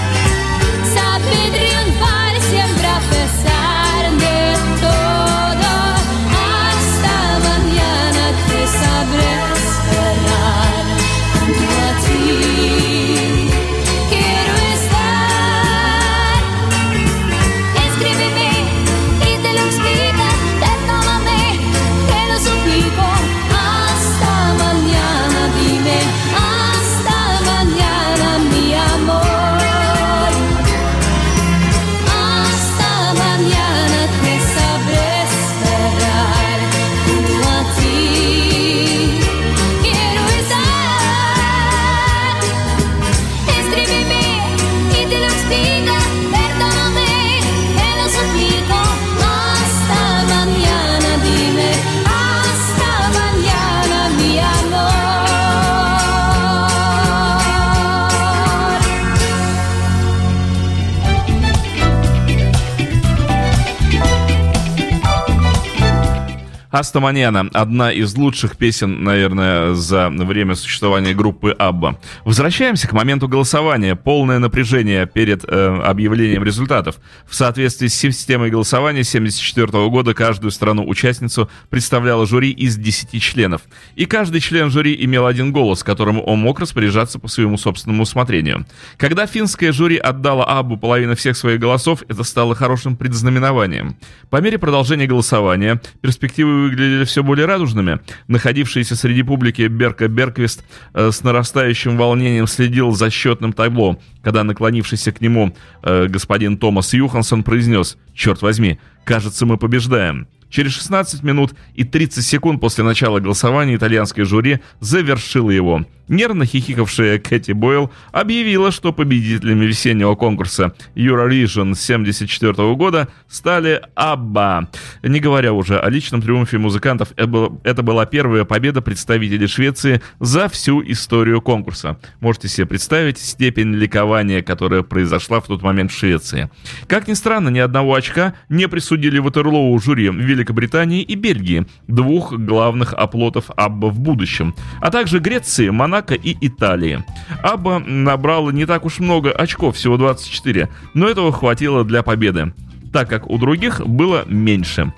«Аста Маньяна» — одна из лучших песен, наверное, за время существования группы Абба. Возвращаемся к моменту голосования. Полное напряжение перед э, объявлением результатов. В соответствии с системой голосования тысяча девятьсот семьдесят четвёртого года каждую страну-участницу представляло жюри из десяти членов. И каждый член жюри имел один голос, которым он мог распоряжаться по своему собственному усмотрению. Когда финское жюри отдало Аббу половину всех своих голосов, это стало хорошим предзнаменованием. По мере продолжения голосования перспективы выглядели все более радужными. Находившийся среди публики Берка Берквист э, с нарастающим волнением следил за счетным табло, когда наклонившийся к нему э, господин Томас Юхансон произнес: «Черт возьми, кажется, мы побеждаем». Через шестнадцать минут и тридцать секунд после начала голосования итальянское жюри завершило его. Нервно хихикавшая Кэти Бойл объявила, что победителями весеннего конкурса Eurovision семьдесят четвёртого года стали Абба. Не говоря уже о личном триумфе музыкантов, это была первая победа представителей Швеции за всю историю конкурса. Можете себе представить степень ликования, которая произошла в тот момент в Швеции. Как ни странно, ни одного очка не присудили Ватерлоу жюри Великобритании и Бельгии, двух главных оплотов Абба в будущем, а также Греции, Монако и Италии. Абба набрала не так уж много очков, всего двадцать четыре, но этого хватило для победы, так как у других было меньше.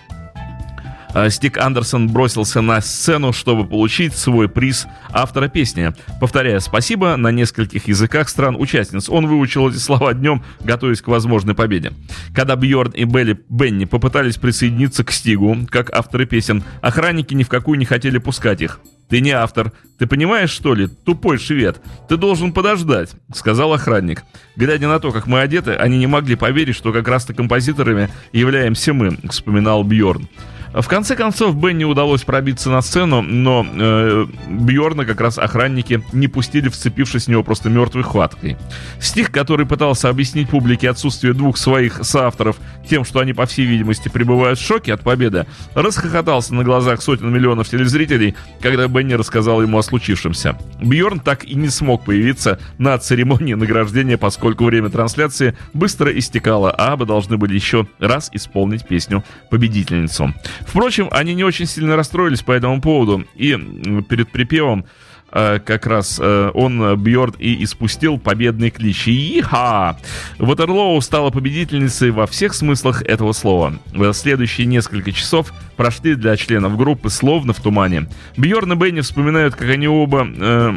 Стик Андерсон бросился на сцену, чтобы получить свой приз автора песни, повторяя «спасибо» на нескольких языках стран-участниц. Он выучил эти слова днем, готовясь к возможной победе. Когда Бьорн и Белли Бенни попытались присоединиться к Стигу, как авторы песен, охранники ни в какую не хотели пускать их. «Ты не автор. Ты понимаешь, что ли? Тупой швед. Ты должен подождать», — сказал охранник. «Глядя на то, как мы одеты, они не могли поверить, что как раз-то композиторами являемся мы», — вспоминал Бьорн. В конце концов, Бенни удалось пробиться на сцену, но э, Бьорна как раз охранники не пустили, вцепившись в него просто мертвой хваткой. Стих, который пытался объяснить публике отсутствие двух своих соавторов тем, что они, по всей видимости, пребывают в шоке от победы, расхохотался на глазах сотен миллионов телезрителей, когда Бенни рассказал ему о случившемся. Бьорн так и не смог появиться на церемонии награждения, поскольку время трансляции быстро истекало, а Абба должны были еще раз исполнить песню «Победительницу». Впрочем, они не очень сильно расстроились по этому поводу, и перед припевом э, как раз э, он, Бьорн, и испустил победный клич «И-ха!». Ватерлоу стала победительницей во всех смыслах этого слова. Следующие несколько часов прошли для членов группы словно в тумане. Бьорн и Бенни вспоминают, как они оба... Э,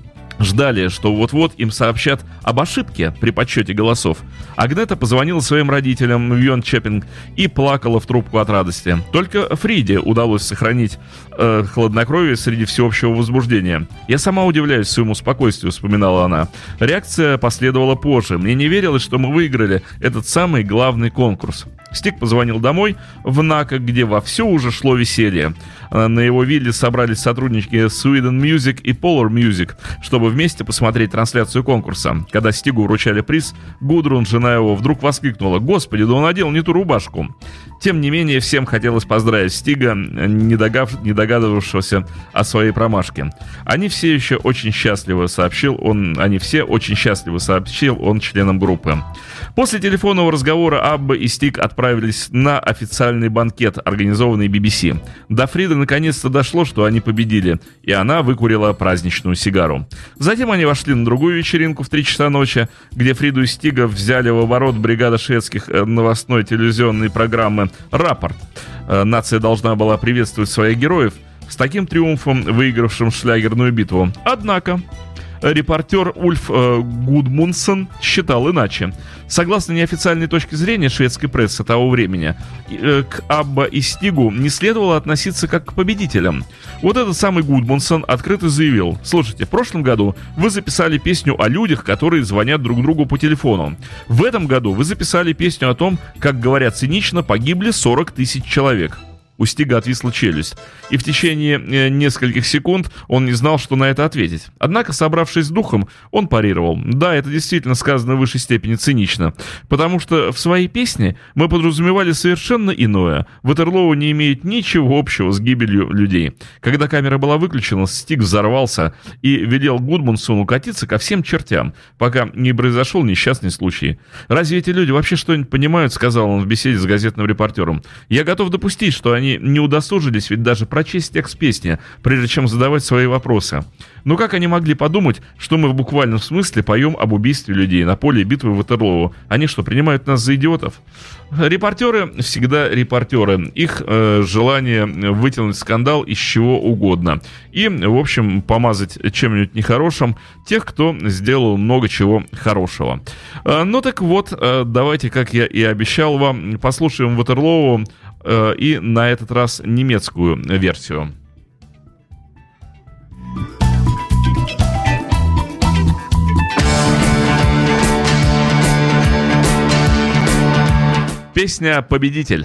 ждали, что вот-вот им сообщат об ошибке при подсчете голосов. Агнета позвонила своим родителям в Йончепинг и плакала в трубку от радости. Только Фриде удалось сохранить э, хладнокровие среди всеобщего возбуждения. «Я сама удивляюсь своему спокойствию», — вспоминала она. «Реакция последовала позже. Мне не верилось, что мы выиграли этот самый главный конкурс». Стик позвонил домой в Нака, где вовсю уже шло веселье. На его вилле собрались сотрудники Sweden Music и Polar Music, чтобы вместе посмотреть трансляцию конкурса. Когда Стигу вручали приз, Гудрун, жена его, вдруг воскликнула: «Господи, да он надел не ту рубашку!» Тем не менее, всем хотелось поздравить Стига, не, догав... не догадывавшегося о своей промашке. «Они все еще очень счастливы», — сообщил он. «Они все очень счастливы», — сообщил он членам группы. После телефонного разговора Абба и Стиг отправились на официальный банкет, организованный би би си. До Фриды наконец-то дошло, что они победили, и она выкурила праздничную сигару. Затем они вошли на другую вечеринку в три часа ночи, где Фриду и Стига взяли в оборот бригада шведских новостной телевизионной программы «Рапорт». Нация должна была приветствовать своих героев с таким триумфом, выигравшим шлягерную битву. Однако репортер Ульф э, Гудмунсон считал иначе. Согласно неофициальной точке зрения шведской прессы того времени, э, к Абба и Стигу не следовало относиться как к победителям. Вот этот самый Гудмунсон открыто заявил: «Слушайте, в прошлом году вы записали песню о людях, которые звонят друг другу по телефону. В этом году вы записали песню о том, как, говорят цинично, погибли сорок тысяч человек». У Стига отвисла челюсть, и в течение э, нескольких секунд он не знал, что на это ответить. Однако, собравшись с духом, он парировал: «Да, это действительно сказано в высшей степени цинично, потому что в своей песне мы подразумевали совершенно иное. Ватерлоу не имеет ничего общего с гибелью людей». Когда камера была выключена, Стиг взорвался и велел Гудмунсону катиться ко всем чертям, пока не произошел несчастный случай. «Разве эти люди вообще что-нибудь понимают?» — сказал он в беседе с газетным репортером. «Я готов допустить, что они они не удосужились ведь даже прочесть текст песни, прежде чем задавать свои вопросы. Но как они могли подумать, что мы в буквальном смысле поем об убийстве людей на поле битвы Ватерлоо? Они что, принимают нас за идиотов? Репортеры всегда репортеры. Их э, желание вытянуть скандал из чего угодно. И, в общем, помазать чем-нибудь нехорошим тех, кто сделал много чего хорошего. Э, ну так вот, э, давайте, как я и обещал вам, послушаем Ватерлоо э, и на этот раз немецкую версию. Песня «Победитель».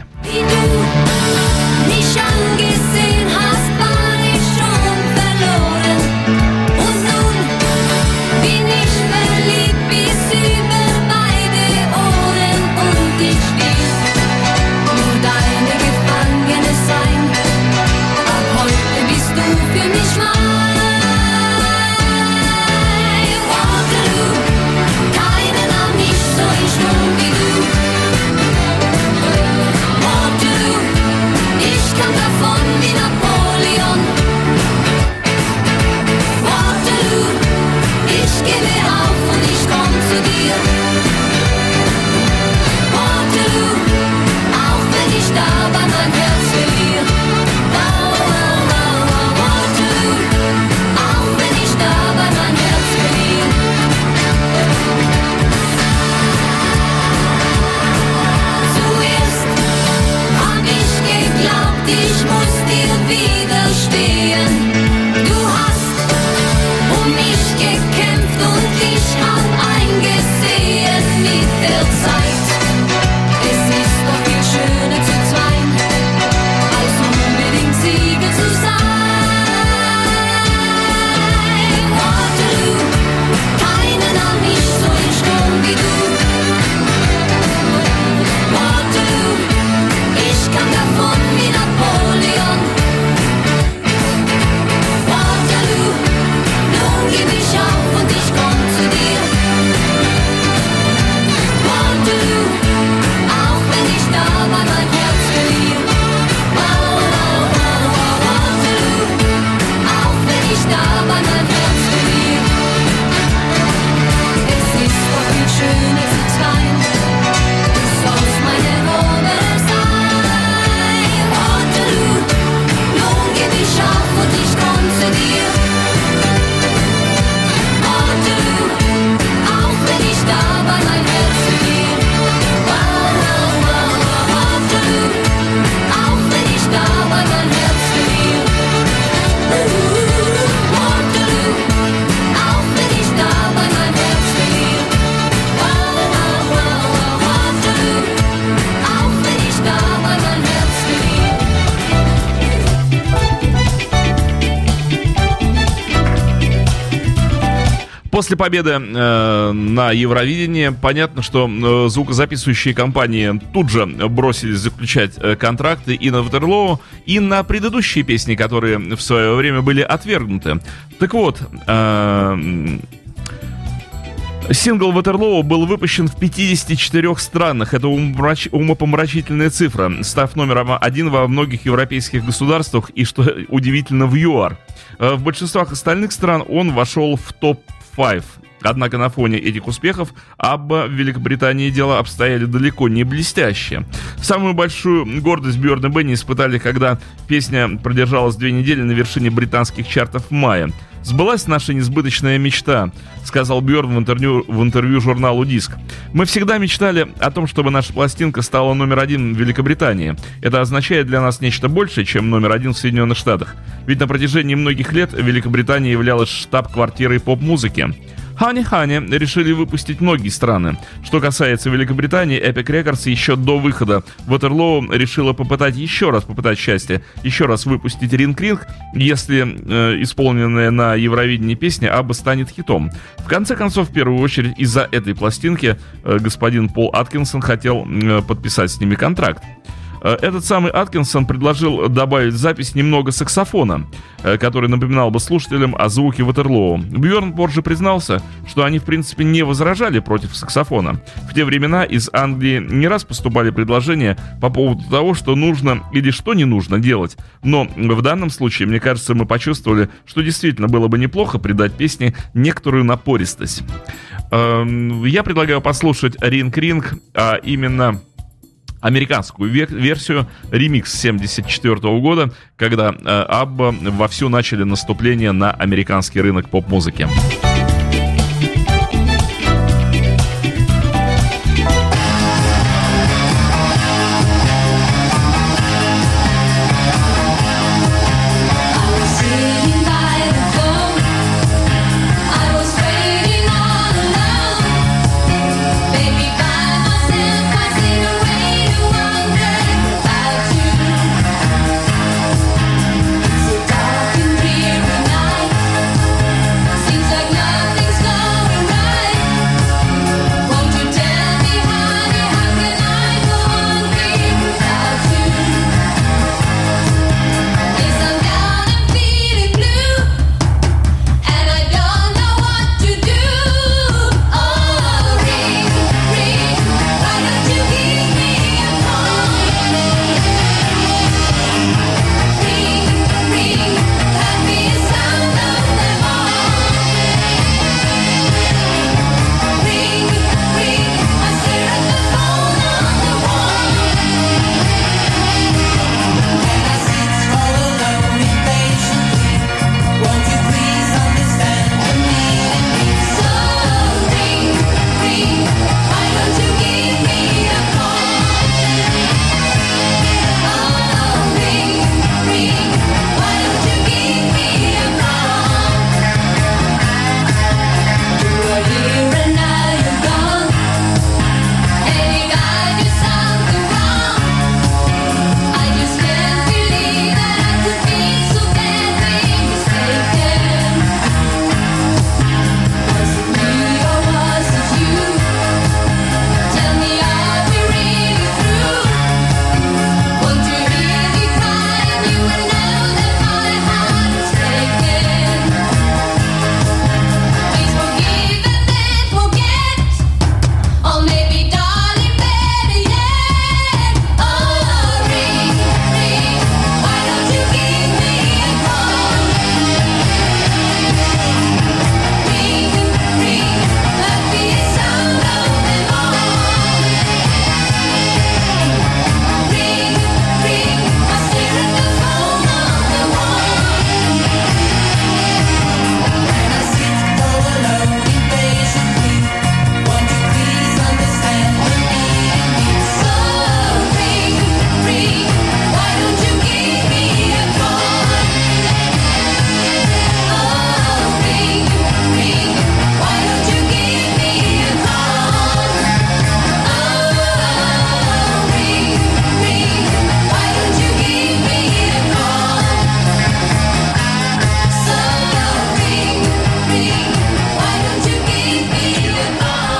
После победы э, на Евровидении понятно, что э, звукозаписывающие компании тут же бросились заключать э, контракты и на Ватерлоо, и на предыдущие песни, которые в свое время были отвергнуты. Так вот, э, сингл «Ватерлоо» был выпущен в пятидесяти четырёх странах. Это умопомрач... умопомрачительная цифра, став номером один во многих европейских государствах и, что удивительно, в ЮАР. В большинствах остальных стран он вошел в топ пять. Однако на фоне этих успехов Абба в Великобритании дела обстояли далеко не блестяще. Самую большую гордость Бьорн и Бенни испытали, когда песня продержалась две недели на вершине британских чартов в мае. «Сбылась наша несбыточная мечта», — сказал Бьорн в интервью, в интервью журналу «Диск». «Мы всегда мечтали о том, чтобы наша пластинка стала номер один в Великобритании. Это означает для нас нечто большее, чем номер один в Соединенных Штатах. Ведь на протяжении многих лет Великобритания являлась штаб-квартирой поп-музыки. Honey Honey решили выпустить многие страны. Что касается Великобритании, Epic Records еще до выхода Ватерлоо решила попытать еще раз попытать счастье, еще раз выпустить Ring Ring, если э, исполненная на Евровидении песня Абба станет хитом. В конце концов, в первую очередь из-за этой пластинки э, господин Пол Аткинсон хотел э, подписать с ними контракт. Этот самый Аткинсон предложил добавить в запись немного саксофона, который напоминал бы слушателям о звуке Ватерлоу. Бьорн позже признался, что они в принципе не возражали против саксофона. В те времена из Англии не раз поступали предложения по поводу того, что нужно или что не нужно делать. Но в данном случае, мне кажется, мы почувствовали, что действительно было бы неплохо придать песне некоторую напористость. Я предлагаю послушать Ринг Ринг, а именно американскую версию, ремикс семьдесят четвёртого года, когда Абба вовсю начали наступление на американский рынок поп-музыки. Seems like nothing's going right. Won't you tell me, honey, how can I go on being without you? Yes, I'm down and feeling blue, and I don't know what to do. Oh, ring, ring, why don't you give me a call? Ring, ring, happiest sound of them all. Ring, ring, I stare at the phone on the wall. And I sit all alone impatiently. Won't you please understand the meaning me? So ring, ring, why don't you give me a call? Oh, ring, ring, why don't you give me a call? You were here and now you're gone. Any guy do something wrong. I just can't believe that I could be so badly mistaken. Was it me or was it you? Tell me, are we really through? Won't you hear me crying? You will know that my heart is taken. Please forgive and then forget. Or maybe, darling, better yet. Oh, ring, ring, why don't you give me a call? Ring, ring, happiest sound of them all. Ring, ring, I stare at the phone on the wall. And I sit all alone impatiently. Won't you please understand the meaning me? So ring, ring, why don't you give me a call? Oh, ring, ring, why don't you give me a call? Oh, ring, ring, why don't you give me a call? So ring, ring, why don't you give me a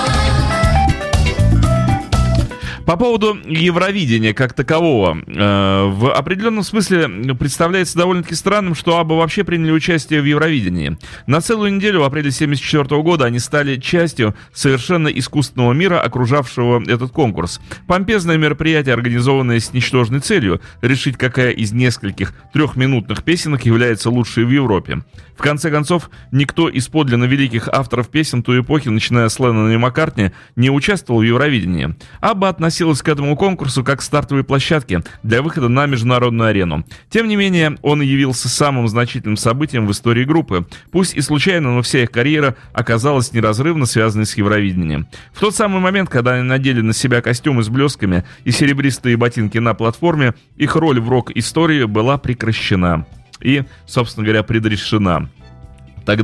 call? По поводу Евровидения как такового, э, в определенном смысле представляется довольно-таки странным, что Абба вообще приняли участие в Евровидении. На целую неделю в апреле семьдесят четвёртого года они стали частью совершенно искусственного мира, окружавшего этот конкурс. Помпезное мероприятие, организованное с ничтожной целью решить, какая из нескольких трехминутных песенок является лучшей в Европе. В конце концов, никто из подлинно великих авторов песен той эпохи, начиная с Леннона и Маккартни, не участвовал в Евровидении. Абба относилась к этому конкурсу как к стартовой площадке для выхода на международную арену. Тем не менее, он явился самым значительным событием в истории группы. Пусть и случайно, но вся их карьера оказалась неразрывно связанной с Евровидением. В тот самый момент, когда они надели на себя костюмы с блесками и серебристые ботинки на платформе, их роль в рок-истории была прекращена и, собственно говоря, предрешена. Тогда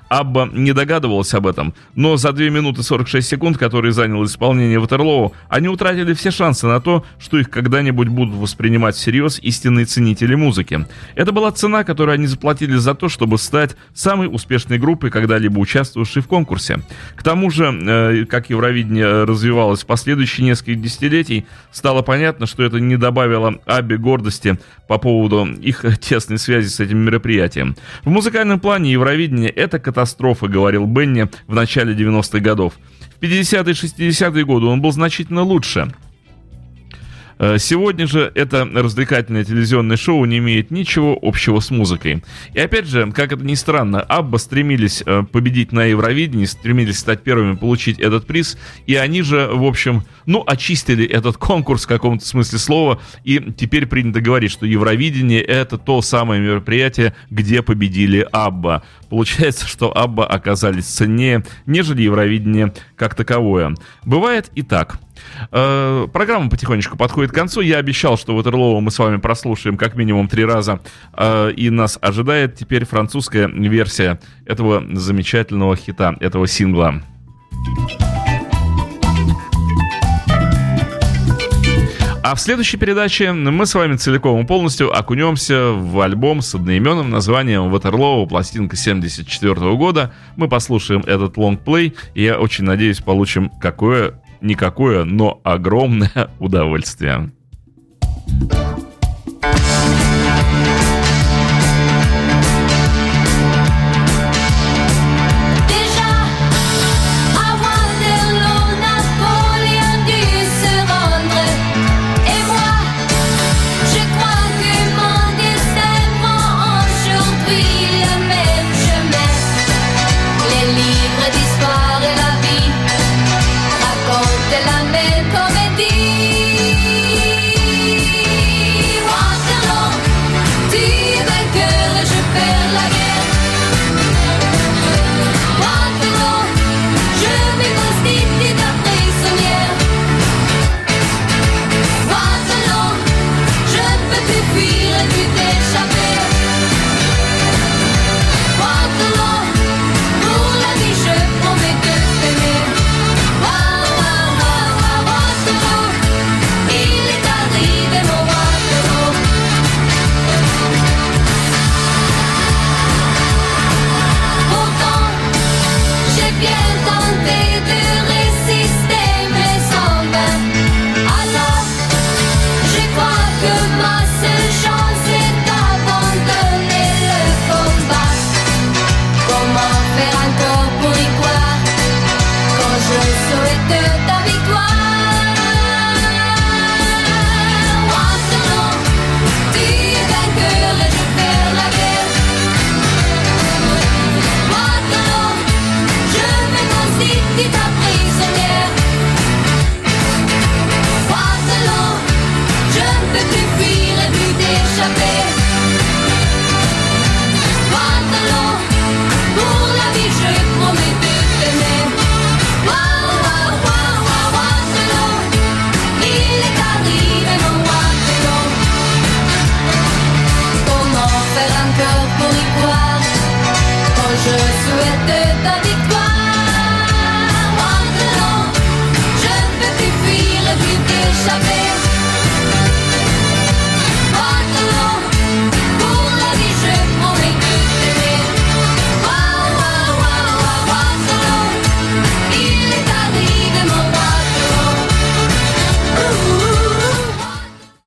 Абба не догадывалась об этом, но за две минуты сорок шесть секунд, которые заняло исполнение Ватерлоу, они утратили все шансы на то, что их когда-нибудь будут воспринимать всерьез истинные ценители музыки. Это была цена, которую они заплатили за то, чтобы стать самой успешной группой, когда-либо участвовавшей в конкурсе. К тому же, э, как Евровидение развивалось в последующие несколько десятилетий, стало понятно, что это не добавило Аббе гордости по поводу их тесной связи с этим мероприятием. В музыкальном плане Евровидение — это катастрофа, говорил Бенни в начале девяностых годов. В пятидесятые и шестидесятые годы он был значительно лучше. Сегодня же это развлекательное телевизионное шоу не имеет ничего общего с музыкой. И опять же, как это ни странно, Абба стремились победить на Евровидении, стремились стать первыми, получить этот приз, и они же, в общем, ну, очистили этот конкурс в каком-то смысле слова, и теперь принято говорить, что Евровидение — это то самое мероприятие, где победили Абба. Получается, что Абба оказались ценнее, нежели Евровидение как таковое. Бывает и так. Э, программа потихонечку подходит к концу. Я обещал, что Ватерлоу мы с вами прослушаем как минимум три раза. Э, и нас ожидает теперь французская версия этого замечательного хита, этого сингла. А в следующей передаче мы с вами целиком и полностью окунемся в альбом с одноименным названием «Ватерлоу», пластинка семьдесят четвёртого года. Мы послушаем этот лонгплей, и я очень надеюсь, получим какое-никакое, но огромное удовольствие. Quitte à